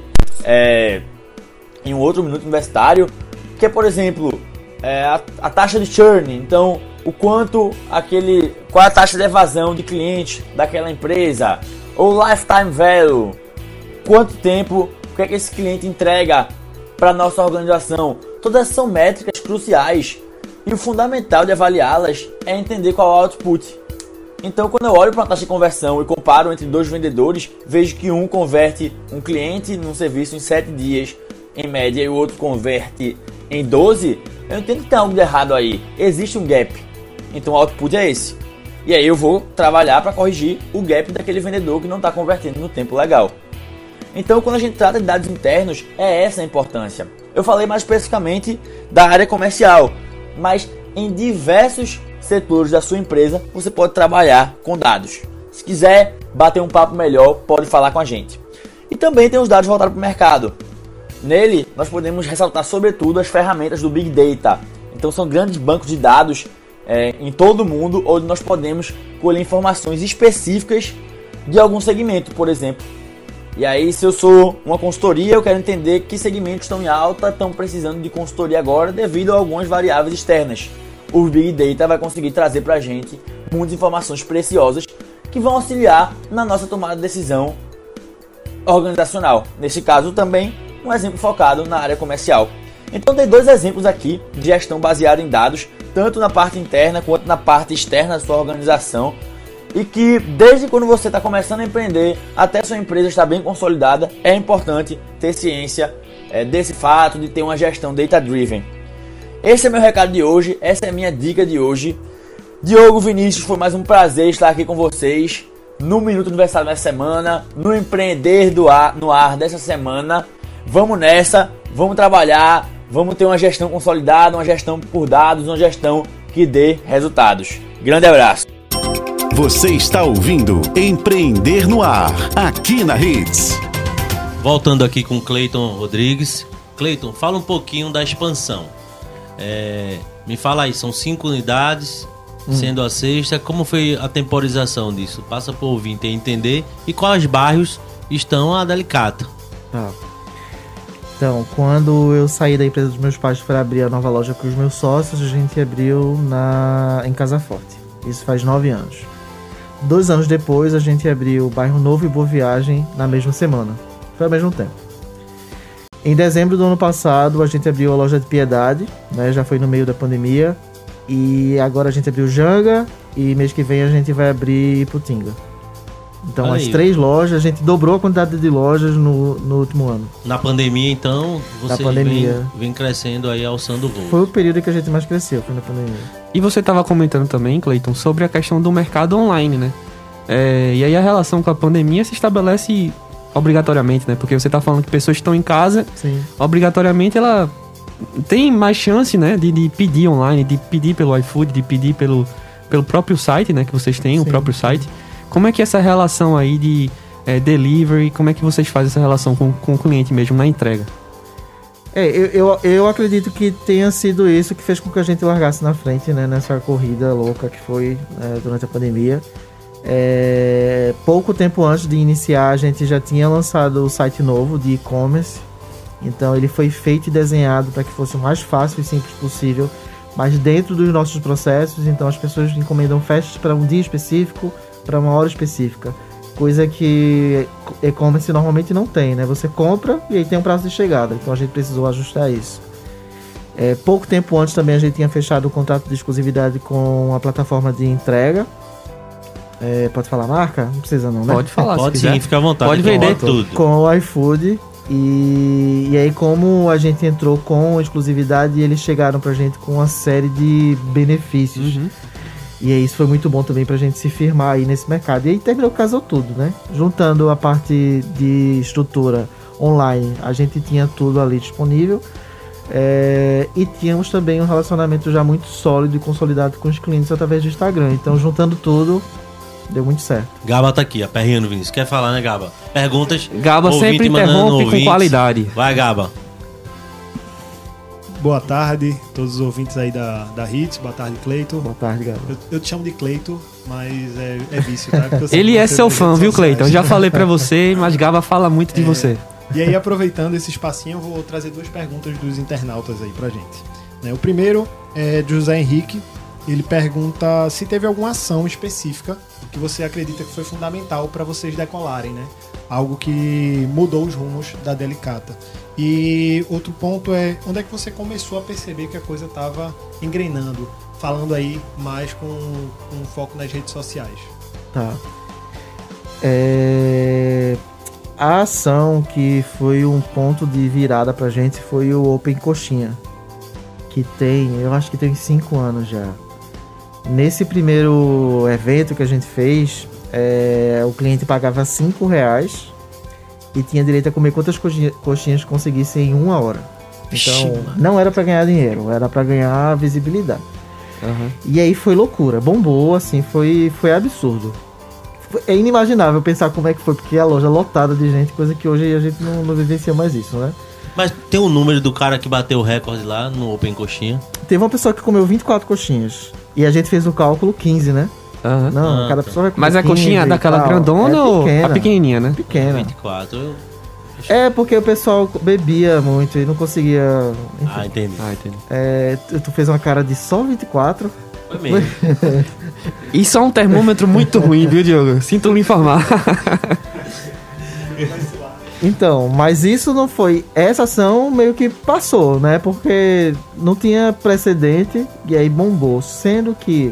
em um outro Minuto Universitário, que é, por exemplo, a taxa de churn. Então, qual é a taxa de evasão de clientes daquela empresa, ou lifetime value, quanto tempo, o que é que esse cliente entrega para a nossa organização. Todas essas são métricas cruciais e o fundamental de avaliá-las é entender qual é o output. Então, quando eu olho para uma taxa de conversão e comparo entre dois vendedores, vejo que um converte um cliente num serviço em 7 dias, em média, e o outro converte em 12, eu entendo que tem algo de errado aí. Existe um gap. Então, o output é esse. E aí eu vou trabalhar para corrigir o gap daquele vendedor que não está convertendo no tempo legal. Então, quando a gente trata de dados internos, é essa a importância. Eu falei mais especificamente da área comercial, mas em diversos setores da sua empresa você pode trabalhar com dados. Se quiser bater um papo melhor, pode falar com a gente. E também tem os dados voltados para o mercado. Nele, nós podemos ressaltar sobretudo as ferramentas do Big Data. Então, são grandes bancos de dados em todo o mundo, onde nós podemos colher informações específicas de algum segmento. Por exemplo, E aí, se eu sou uma consultoria, eu quero entender que segmentos estão em alta, estão precisando de consultoria agora devido a algumas variáveis externas. O Big Data vai conseguir trazer pra gente muitas informações preciosas que vão auxiliar na nossa tomada de decisão organizacional. Nesse caso também, um exemplo focado na área comercial. Então tem 2 exemplos aqui de gestão baseada em dados, tanto na parte interna quanto na parte externa da sua organização, e que desde quando você está começando a empreender até sua empresa estar bem consolidada, é importante ter ciência desse fato de ter uma gestão data-driven. Esse é meu recado de hoje, essa é a minha dica de hoje. Diogo, Vinícius, foi mais um prazer estar aqui com vocês no Minuto Aniversário dessa semana, no Empreender no Ar dessa semana. Vamos nessa, vamos trabalhar, vamos ter uma gestão consolidada, uma gestão por dados, uma gestão que dê resultados. Grande abraço. Você está ouvindo Empreender no Ar, aqui na Hits. Voltando aqui com Cleiton Rodrigues. Cleiton, fala um pouquinho da expansão. Me fala aí, são 5 unidades, sendo a 6ª. Como foi a temporização disso? Passa para o ouvinte entender. E quais bairros estão a Delicata? Tá. Então, quando eu saí da empresa dos meus pais para abrir a nova loja com os meus sócios, a gente abriu em Casa Forte. Isso faz 9 anos. 2 anos depois, a gente abriu o bairro Novo e Boa Viagem na mesma semana. Foi ao mesmo tempo. Em dezembro do ano passado, a gente abriu a loja de Piedade, né? Já foi no meio da pandemia. E agora a gente abriu Janga e mês que vem a gente vai abrir Iputinga. Então, as 3 lojas, a gente dobrou a quantidade de lojas no último ano. Na pandemia, então, você vem crescendo aí, alçando o voo. Foi o período que a gente mais cresceu, foi na pandemia. E você estava comentando também, Cleiton, sobre a questão do mercado online, né? E aí a relação com a pandemia se estabelece obrigatoriamente, né? Porque você está falando que pessoas que estão em casa, sim, obrigatoriamente ela tem mais chance, né? De pedir online, de pedir pelo iFood, de pedir pelo próprio site, né? Que vocês têm, sim, o próprio site. Como é que é essa relação aí de delivery, como é que vocês fazem essa relação com o cliente mesmo na entrega? Eu acredito que tenha sido isso que fez com que a gente largasse na frente, né, nessa corrida louca que foi durante a pandemia. Pouco tempo antes de iniciar, a gente já tinha lançado o site novo de e-commerce. Então ele foi feito e desenhado para que fosse o mais fácil e simples possível, mas dentro dos nossos processos. Então as pessoas encomendam festas para um dia específico, para uma hora específica, coisa que e-commerce normalmente não tem, né? Você compra e aí tem um prazo de chegada, então a gente precisou ajustar isso. Pouco tempo antes também a gente tinha fechado o contrato de exclusividade com a plataforma de entrega. Pode falar a marca? Não precisa não, né? Pode falar, pode sim, fica à vontade. Pode vender tudo. Com o iFood. E aí, como a gente entrou com exclusividade, eles chegaram pra gente com uma série de benefícios. Uhum. E aí isso foi muito bom também pra gente se firmar aí nesse mercado. E aí terminou, casou tudo, né? Juntando a parte de estrutura online, a gente tinha tudo ali disponível. E tínhamos também um relacionamento já muito sólido e consolidado com os clientes através do Instagram. Então, juntando tudo, deu muito certo. Gaba tá aqui, aperreando o Vinícius. Quer falar, né, Gaba? Perguntas. Gaba sempre interrompe com qualidade. Vai, Gaba. Boa tarde, todos os ouvintes aí da Hits. Boa tarde, Cleiton. Boa tarde, Gaba. Eu te chamo de Cleiton, mas é vício, tá? Ele é seu fã, viu, Cleiton? Eu já falei pra você, mas Gaba fala muito de você. E aí, aproveitando esse espacinho, eu vou trazer 2 perguntas dos internautas aí pra gente. O primeiro é de José Henrique. Ele pergunta se teve alguma ação específica que você acredita que foi fundamental para vocês decolarem, né? Algo que mudou os rumos da Delicata. E outro ponto é onde é que você começou a perceber que a coisa estava engrenando, falando aí mais com foco nas redes sociais. Tá. A ação que foi um ponto de virada pra gente foi o Open Coxinha, que eu acho que tem 5 anos já. Nesse primeiro evento que a gente fez, o cliente pagava R$5 e tinha direito a comer quantas coxinhas conseguisse em 1 hora. Então, não era para ganhar dinheiro, era para ganhar visibilidade. Uhum. E aí foi loucura, bombou, assim, foi absurdo. É inimaginável pensar como é que foi, porque a loja lotada de gente, coisa que hoje a gente não vivencia mais isso, né? Mas tem o número do cara que bateu o recorde lá no Open Coxinha? Teve uma pessoa que comeu 24 coxinhas. E a gente fez o cálculo 15, né? Aham. Não, cada pessoa vai com Mas a 15 coxinha e daquela tal. grandona É ou pequena, a pequenininha, né? Pequena. 24. É porque o pessoal bebia muito e não conseguia... Enfim. Ah, entendi. Entendi. Tu fez uma cara de só 24. Foi mesmo. Isso é um termômetro muito ruim, viu, Diogo? Sinto lhe informar. Então, mas isso não foi... Essa ação meio que passou, né? Porque não tinha precedente e aí bombou. Sendo que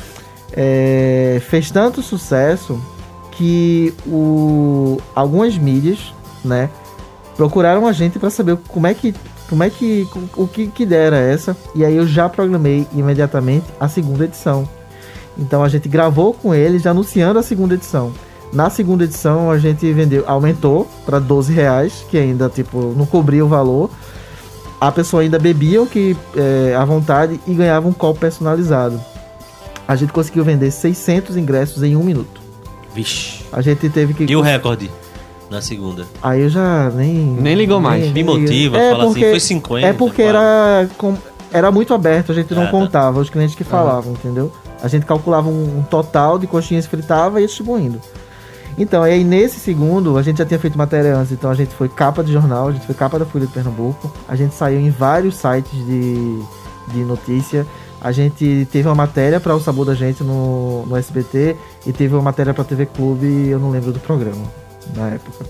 fez tanto sucesso que algumas mídias, né? Procuraram a gente para saber o que ideia era essa. E aí eu já programei imediatamente a segunda edição. Então a gente gravou com eles anunciando a segunda edição. Na segunda edição a gente aumentou para R$12, que ainda tipo não cobria o valor. A pessoa ainda bebia o que à vontade e ganhava um copo personalizado. A gente conseguiu vender 600 ingressos em 1 minuto. Vixe. A gente teve que... E o recorde na segunda? Aí eu já nem ligou mais. Me motiva, fala assim, foi 50. É porque era muito aberto, a gente não contava os clientes que falavam, entendeu? A gente calculava um total de coxinhas que fritava e ia distribuindo. Então, aí nesse segundo, a gente já tinha feito matéria antes, então a gente foi capa de jornal, a gente foi capa da Folha de Pernambuco, a gente saiu em vários sites de notícia, a gente teve uma matéria para o Sabor da Gente no SBT e teve uma matéria para a TV Clube, eu não lembro do programa na época.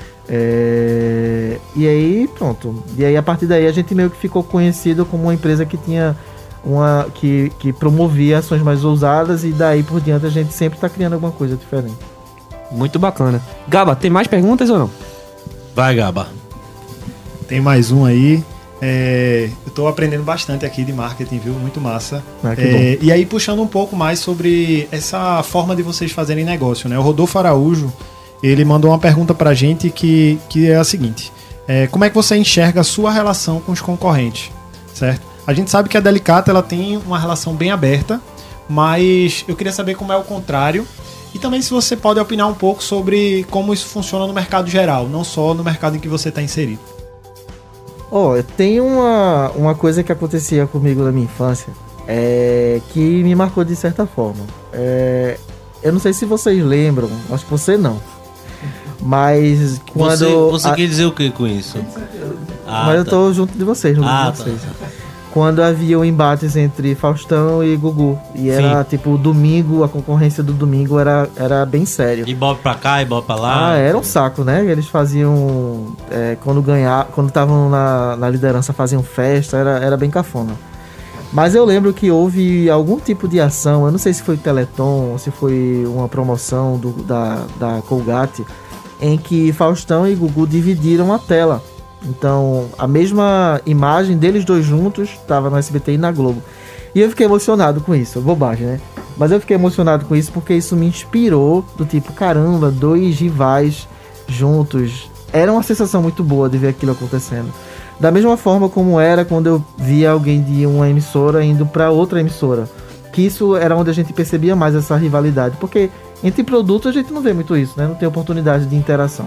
E aí, pronto. E aí, a partir daí, a gente meio que ficou conhecido como uma empresa que tinha que promovia ações mais ousadas e daí por diante a gente sempre está criando alguma coisa diferente. Muito bacana. Gaba, tem mais perguntas ou não? Vai, Gaba. Tem mais um aí. Eu tô aprendendo bastante aqui de marketing, viu? Muito massa. Que bom. E aí, puxando um pouco mais sobre essa forma de vocês fazerem negócio, né? O Rodolfo Araújo, ele mandou uma pergunta pra gente que é a seguinte. Como é que você enxerga a sua relação com os concorrentes, certo? A gente sabe que a Delicata, ela tem uma relação bem aberta, mas eu queria saber como é o contrário. E também se você pode opinar um pouco sobre como isso funciona no mercado geral, não só no mercado em que você está inserido. Tem uma coisa que acontecia comigo na minha infância que me marcou de certa forma. Eu não sei se vocês lembram, acho que você não. Mas quando... Você quer dizer o que com isso? Mas eu tô junto de vocês, vocês. Quando havia embates entre Faustão e Gugu. E era tipo, domingo, a concorrência do domingo era bem sério. E bob pra cá e bob pra lá. Era um saco, né? Eles faziam... quando estavam na liderança, faziam festa, era bem cafona. Mas eu lembro que houve algum tipo de ação, eu não sei se foi Teleton, ou se foi uma promoção da Colgate, em que Faustão e Gugu dividiram a tela. Então, a mesma imagem deles dois juntos estava no SBT e na Globo. E eu fiquei emocionado com isso, bobagem, né? Mas eu fiquei emocionado com isso porque isso me inspirou, do tipo, caramba, dois rivais juntos. Era uma sensação muito boa de ver aquilo acontecendo. Da mesma forma como era quando eu via alguém de uma emissora indo para outra emissora. Que isso era onde a gente percebia mais essa rivalidade. Porque entre produtos a gente não vê muito isso, né? Não tem oportunidade de interação.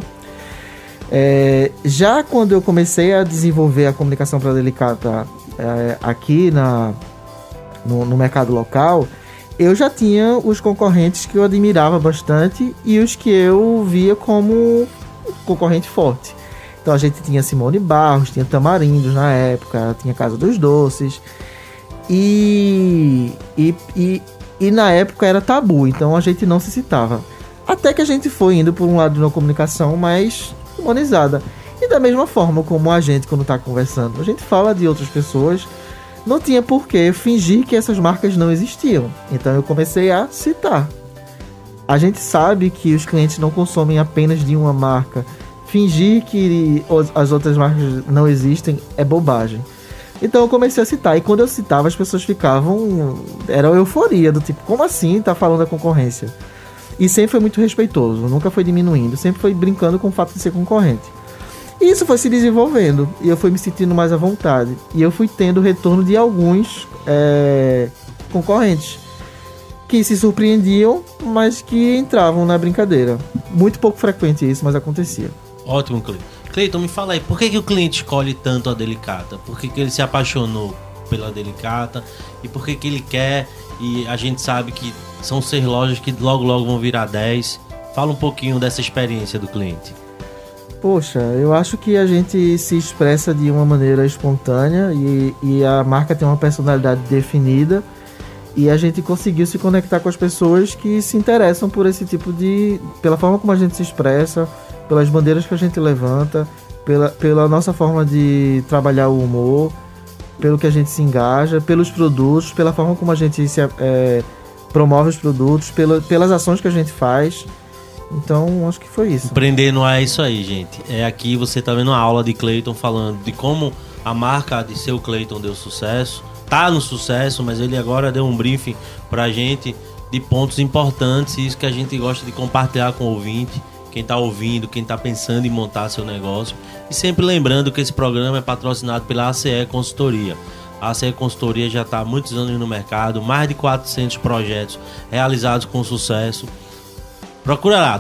Já quando eu comecei a desenvolver a comunicação para a Delicata aqui no mercado local, eu já tinha os concorrentes que eu admirava bastante e os que eu via como concorrente forte. Então a gente tinha Simone Barros, tinha Tamarindos na época, tinha Casa dos Doces e na época era tabu, então a gente não se citava. Até que a gente foi indo por um lado de uma comunicação mais humanizada. E da mesma forma como a gente, quando está conversando, a gente fala de outras pessoas, não tinha por que fingir que essas marcas não existiam. Então eu comecei a citar. A gente sabe que os clientes não consomem apenas de uma marca. Fingir que as outras marcas não existem é bobagem. Então eu comecei a citar. E quando eu citava, as pessoas ficavam... Era euforia, do tipo, como assim tá falando da concorrência? E sempre foi muito respeitoso, nunca foi diminuindo, sempre foi brincando com o fato de ser concorrente. E isso foi se desenvolvendo, e eu fui me sentindo mais à vontade. E eu fui tendo retorno de alguns concorrentes, que se surpreendiam, mas que entravam na brincadeira. Muito pouco frequente isso, mas acontecia. Ótimo, Cleiton. Cleiton, me fala aí, por que o cliente escolhe tanto a Delicata? Por que ele se apaixonou pela Delicata? E por que ele quer e a gente sabe que são 6 lojas que logo vão virar 10. Fala um pouquinho dessa experiência do cliente. Poxa, eu acho que a gente se expressa de uma maneira espontânea e a marca tem uma personalidade definida e a gente conseguiu se conectar com as pessoas que se interessam por esse tipo pela forma como a gente se expressa, pelas bandeiras que a gente levanta, pela nossa forma de trabalhar o humor, pelo que a gente se engaja, pelos produtos, pela forma como a gente promove os produtos, pelas ações que a gente faz. Então, acho que foi isso. Empreender no ar é isso aí, gente. Aqui você tá vendo uma aula de Cleiton falando de como a marca de seu Cleiton deu sucesso. Tá no sucesso, mas ele agora deu um briefing pra gente de pontos importantes, e isso que a gente gosta de compartilhar com o ouvinte, quem tá ouvindo, quem tá pensando em montar seu negócio. E sempre lembrando que esse programa é patrocinado pela ACE Consultoria. A ACE Consultoria já está há muitos anos no mercado, mais de 400 projetos realizados com sucesso. Procura lá,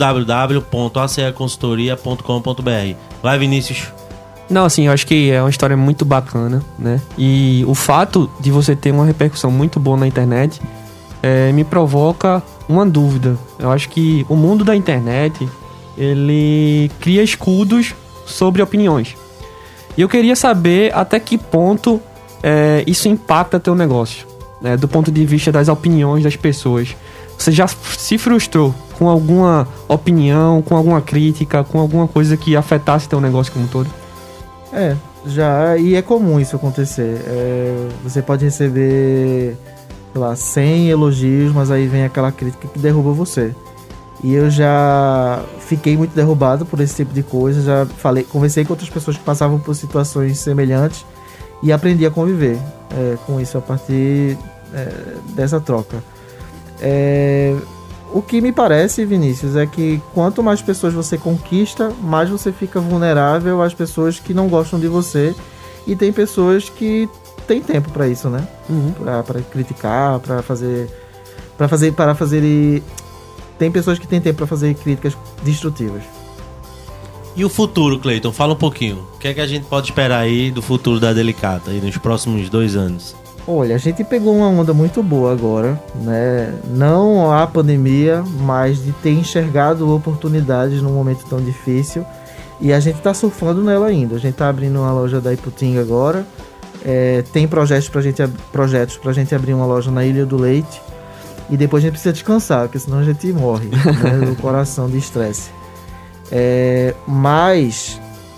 www.aceconsultoria.com.br. Vai, Vinícius. Não, assim, eu acho que é uma história muito bacana, né? E o fato de você ter uma repercussão muito boa na internet me provoca uma dúvida. Eu acho que o mundo da internet, ele cria escudos sobre opiniões. E eu queria saber até que ponto isso impacta teu negócio, né? Do ponto de vista das opiniões das pessoas. Você já se frustrou com alguma opinião, com alguma crítica, com alguma coisa que afetasse teu negócio como um todo? Já, e é comum isso acontecer. Você pode receber, sei lá, 100 elogios, mas aí vem aquela crítica que derruba você. E eu já fiquei muito derrubado por esse tipo de coisa, já conversei com outras pessoas que passavam por situações semelhantes e aprendi a conviver com isso a partir dessa troca. O que me parece, Vinícius, é que quanto mais pessoas você conquista, mais você fica vulnerável às pessoas que não gostam de você. E tem pessoas que têm tempo para isso, né? Para criticar, tem pessoas que têm tempo para fazer críticas destrutivas. E o futuro, Cleiton? Fala um pouquinho. O que é que a gente pode esperar aí do futuro da Delicata aí nos próximos 2 anos? Olha, a gente pegou uma onda muito boa agora, né? Não há pandemia, mas de ter enxergado oportunidades num momento tão difícil. E a gente tá surfando nela ainda. A gente tá abrindo uma loja da Iputinga agora. Tem projetos pra gente abrir uma loja na Ilha do Leite. E depois a gente precisa descansar, porque senão a gente morre, né, do coração de estresse. Mas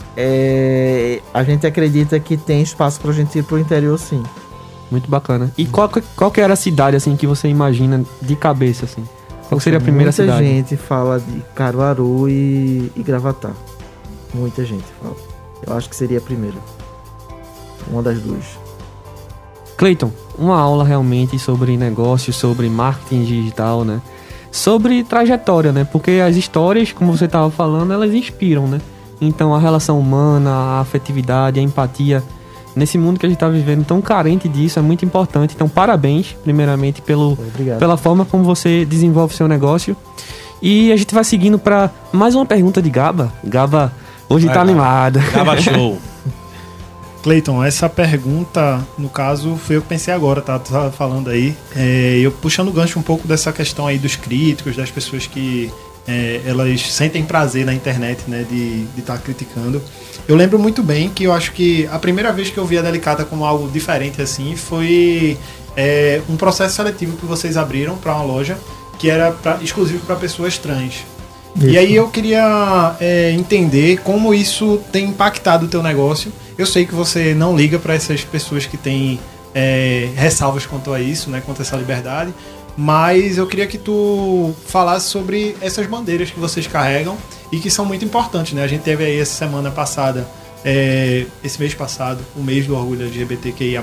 a gente acredita que tem espaço pra gente ir pro interior, sim. Muito bacana. E qual que era a cidade, assim, que você imagina de cabeça, assim? Qual seria a primeira cidade? Muita gente fala de Caruaru e Gravatá. Muita gente fala. Eu acho que seria a primeira. Uma das duas. Cleiton, uma aula realmente sobre negócios, sobre marketing digital, né? Sobre trajetória, né? Porque as histórias, como você estava falando, elas inspiram, né? Então a relação humana, a afetividade, a empatia, nesse mundo que a gente está vivendo tão carente disso, é muito importante. Então parabéns, primeiramente, pela forma como você desenvolve o seu negócio. E a gente vai seguindo para mais uma pergunta de Gaba. Gaba hoje está animada. Gaba show. Cleiton, essa pergunta, no caso, foi eu que pensei agora, tá? Tu tava falando aí. Eu puxando o gancho um pouco dessa questão aí dos críticos, das pessoas que elas sentem prazer na internet, né? De estar criticando. Eu lembro muito bem que eu acho que a primeira vez que eu vi a Delicata como algo diferente assim foi um processo seletivo que vocês abriram para uma loja que era exclusivo para pessoas trans. Isso. E aí eu queria entender como isso tem impactado o teu negócio. Eu sei que você não liga para essas pessoas que têm ressalvas quanto a isso, né, quanto a essa liberdade, mas eu queria que tu falasse sobre essas bandeiras que vocês carregam e que são muito importantes, né? A gente teve aí essa semana passada, esse mês passado, o mês do orgulho LGBTQIA+,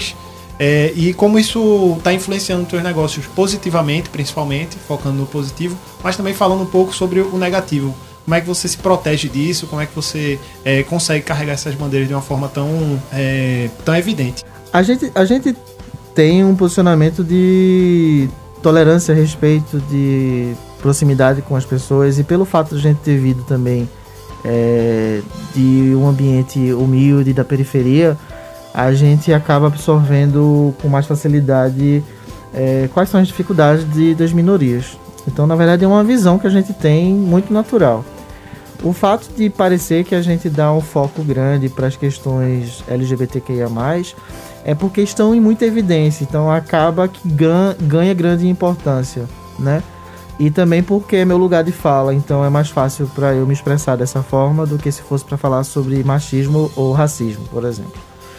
e como isso está influenciando os teus negócios positivamente, principalmente, focando no positivo, mas também falando um pouco sobre o negativo. Como é que você se protege disso? Como é que você consegue carregar essas bandeiras de uma forma tão evidente? A gente tem um posicionamento de tolerância, respeito, de proximidade com as pessoas, e pelo fato de a gente ter vindo também de um ambiente humilde da periferia, a gente acaba absorvendo com mais facilidade quais são as dificuldades das minorias. Então, na verdade, é uma visão que a gente tem muito natural. O fato de parecer que a gente dá um foco grande para as questões LGBTQIA+, é porque estão em muita evidência, então acaba que ganha grande importância, né? E também porque é meu lugar de fala, então é mais fácil para eu me expressar dessa forma do que se fosse para falar sobre machismo ou racismo, por exemplo.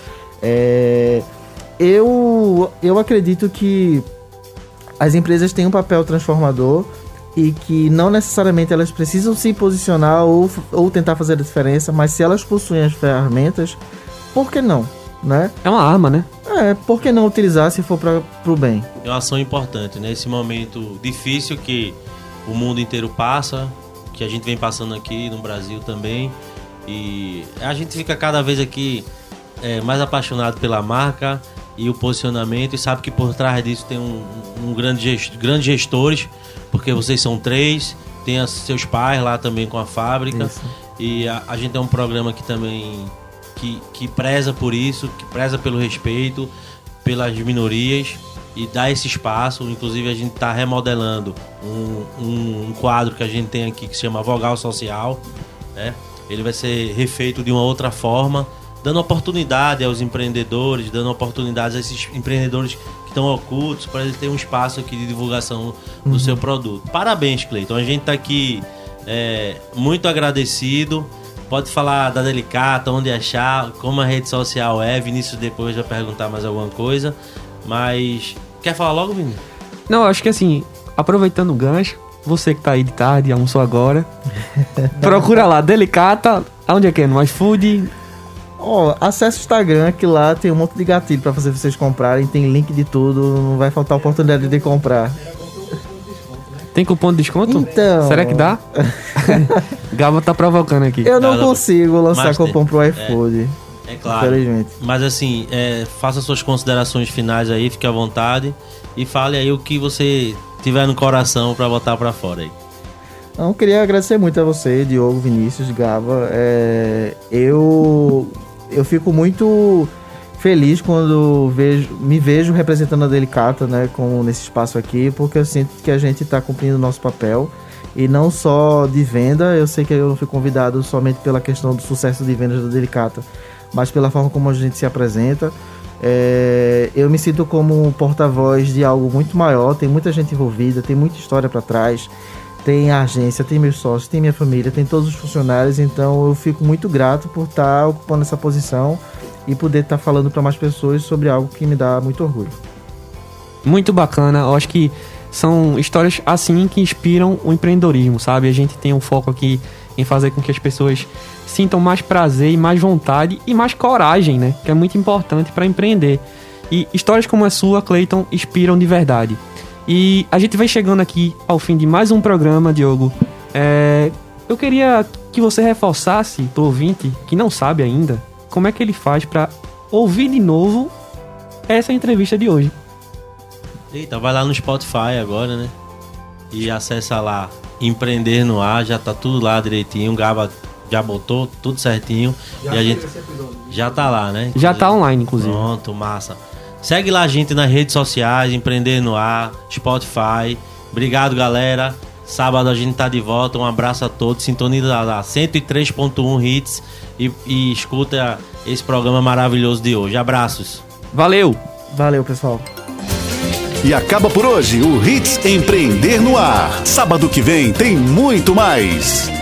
Eu acredito que as empresas têm um papel transformador e que não necessariamente elas precisam se posicionar ou tentar fazer a diferença, mas se elas possuem as ferramentas, por que não? Né? É uma arma, né? Por que não utilizar se for pro bem? É uma ação importante, né? Esse momento difícil que o mundo inteiro passa, que a gente vem passando aqui no Brasil também, e a gente fica cada vez aqui mais apaixonado pela marca e o posicionamento, e sabe que por trás disso tem grandes gestores, porque vocês são 3, tem seus pais lá também com a fábrica. Isso. E a gente tem um programa aqui também que preza por isso, que preza pelo respeito, pelas minorias e dá esse espaço. Inclusive a gente está remodelando um quadro que a gente tem aqui que se chama Vogal Social, né? Ele vai ser refeito de uma outra forma, dando oportunidade aos empreendedores, dando oportunidades a esses empreendedores que estão ocultos, para eles terem um espaço aqui de divulgação do seu produto. Parabéns, Cleiton. A gente está aqui muito agradecido. Pode falar da Delicata, onde achar, como a rede social é. Vinícius depois vai perguntar mais alguma coisa. Mas quer falar logo, Vinícius? Não, acho que assim, aproveitando o gancho, você que tá aí de tarde, almoçou agora, procura lá, Delicata, onde é que é? No iFood? Acesse o Instagram, que lá tem um monte de gatilho pra fazer vocês comprarem, tem link de tudo, não vai faltar oportunidade de comprar. Tem cupom de desconto? Então... Será que dá? Gabo tá provocando aqui. Eu não consigo lançar cupom pro iFood. É claro. Infelizmente. Mas assim, faça suas considerações finais aí, fique à vontade e fale aí o que você tiver no coração pra botar pra fora aí. Não, queria agradecer muito a você, Diogo, Vinícius, Gaba. Eu fico muito feliz quando me vejo representando a Delicata, né, nesse espaço aqui, porque eu sinto que a gente está cumprindo o nosso papel, e não só de venda. Eu sei que eu não fui convidado somente pela questão do sucesso de vendas da Delicata, mas pela forma como a gente se apresenta. Eu me sinto como um porta-voz de algo muito maior, tem muita gente envolvida, tem muita história para trás, tem a agência, tem meus sócios, tem minha família, tem todos os funcionários, então eu fico muito grato por estar ocupando essa posição e poder estar falando para mais pessoas sobre algo que me dá muito orgulho. Muito bacana, eu acho que são histórias assim que inspiram o empreendedorismo, sabe? A gente tem um foco aqui em fazer com que as pessoas sintam mais prazer e mais vontade e mais coragem, né? Que é muito importante para empreender. E histórias como a sua, Cleiton, inspiram de verdade. E a gente vai chegando aqui ao fim de mais um programa, Diogo. Eu queria que você reforçasse pro ouvinte que não sabe ainda como é que ele faz para ouvir de novo essa entrevista de hoje. Eita, vai lá no Spotify agora, né? E acessa lá Empreender no Ar, já tá tudo lá direitinho. O Gaba já botou tudo certinho. E a gente já tá lá, né? Já tá online, inclusive. Pronto, massa. Segue lá a gente nas redes sociais, Empreender no Ar, Spotify. Obrigado, galera. Sábado a gente tá de volta. Um abraço a todos. Sintoniza lá 103.1 Hits e escuta esse programa maravilhoso de hoje. Abraços. Valeu! Valeu, pessoal. E acaba por hoje o Hits Empreender no Ar. Sábado que vem tem muito mais.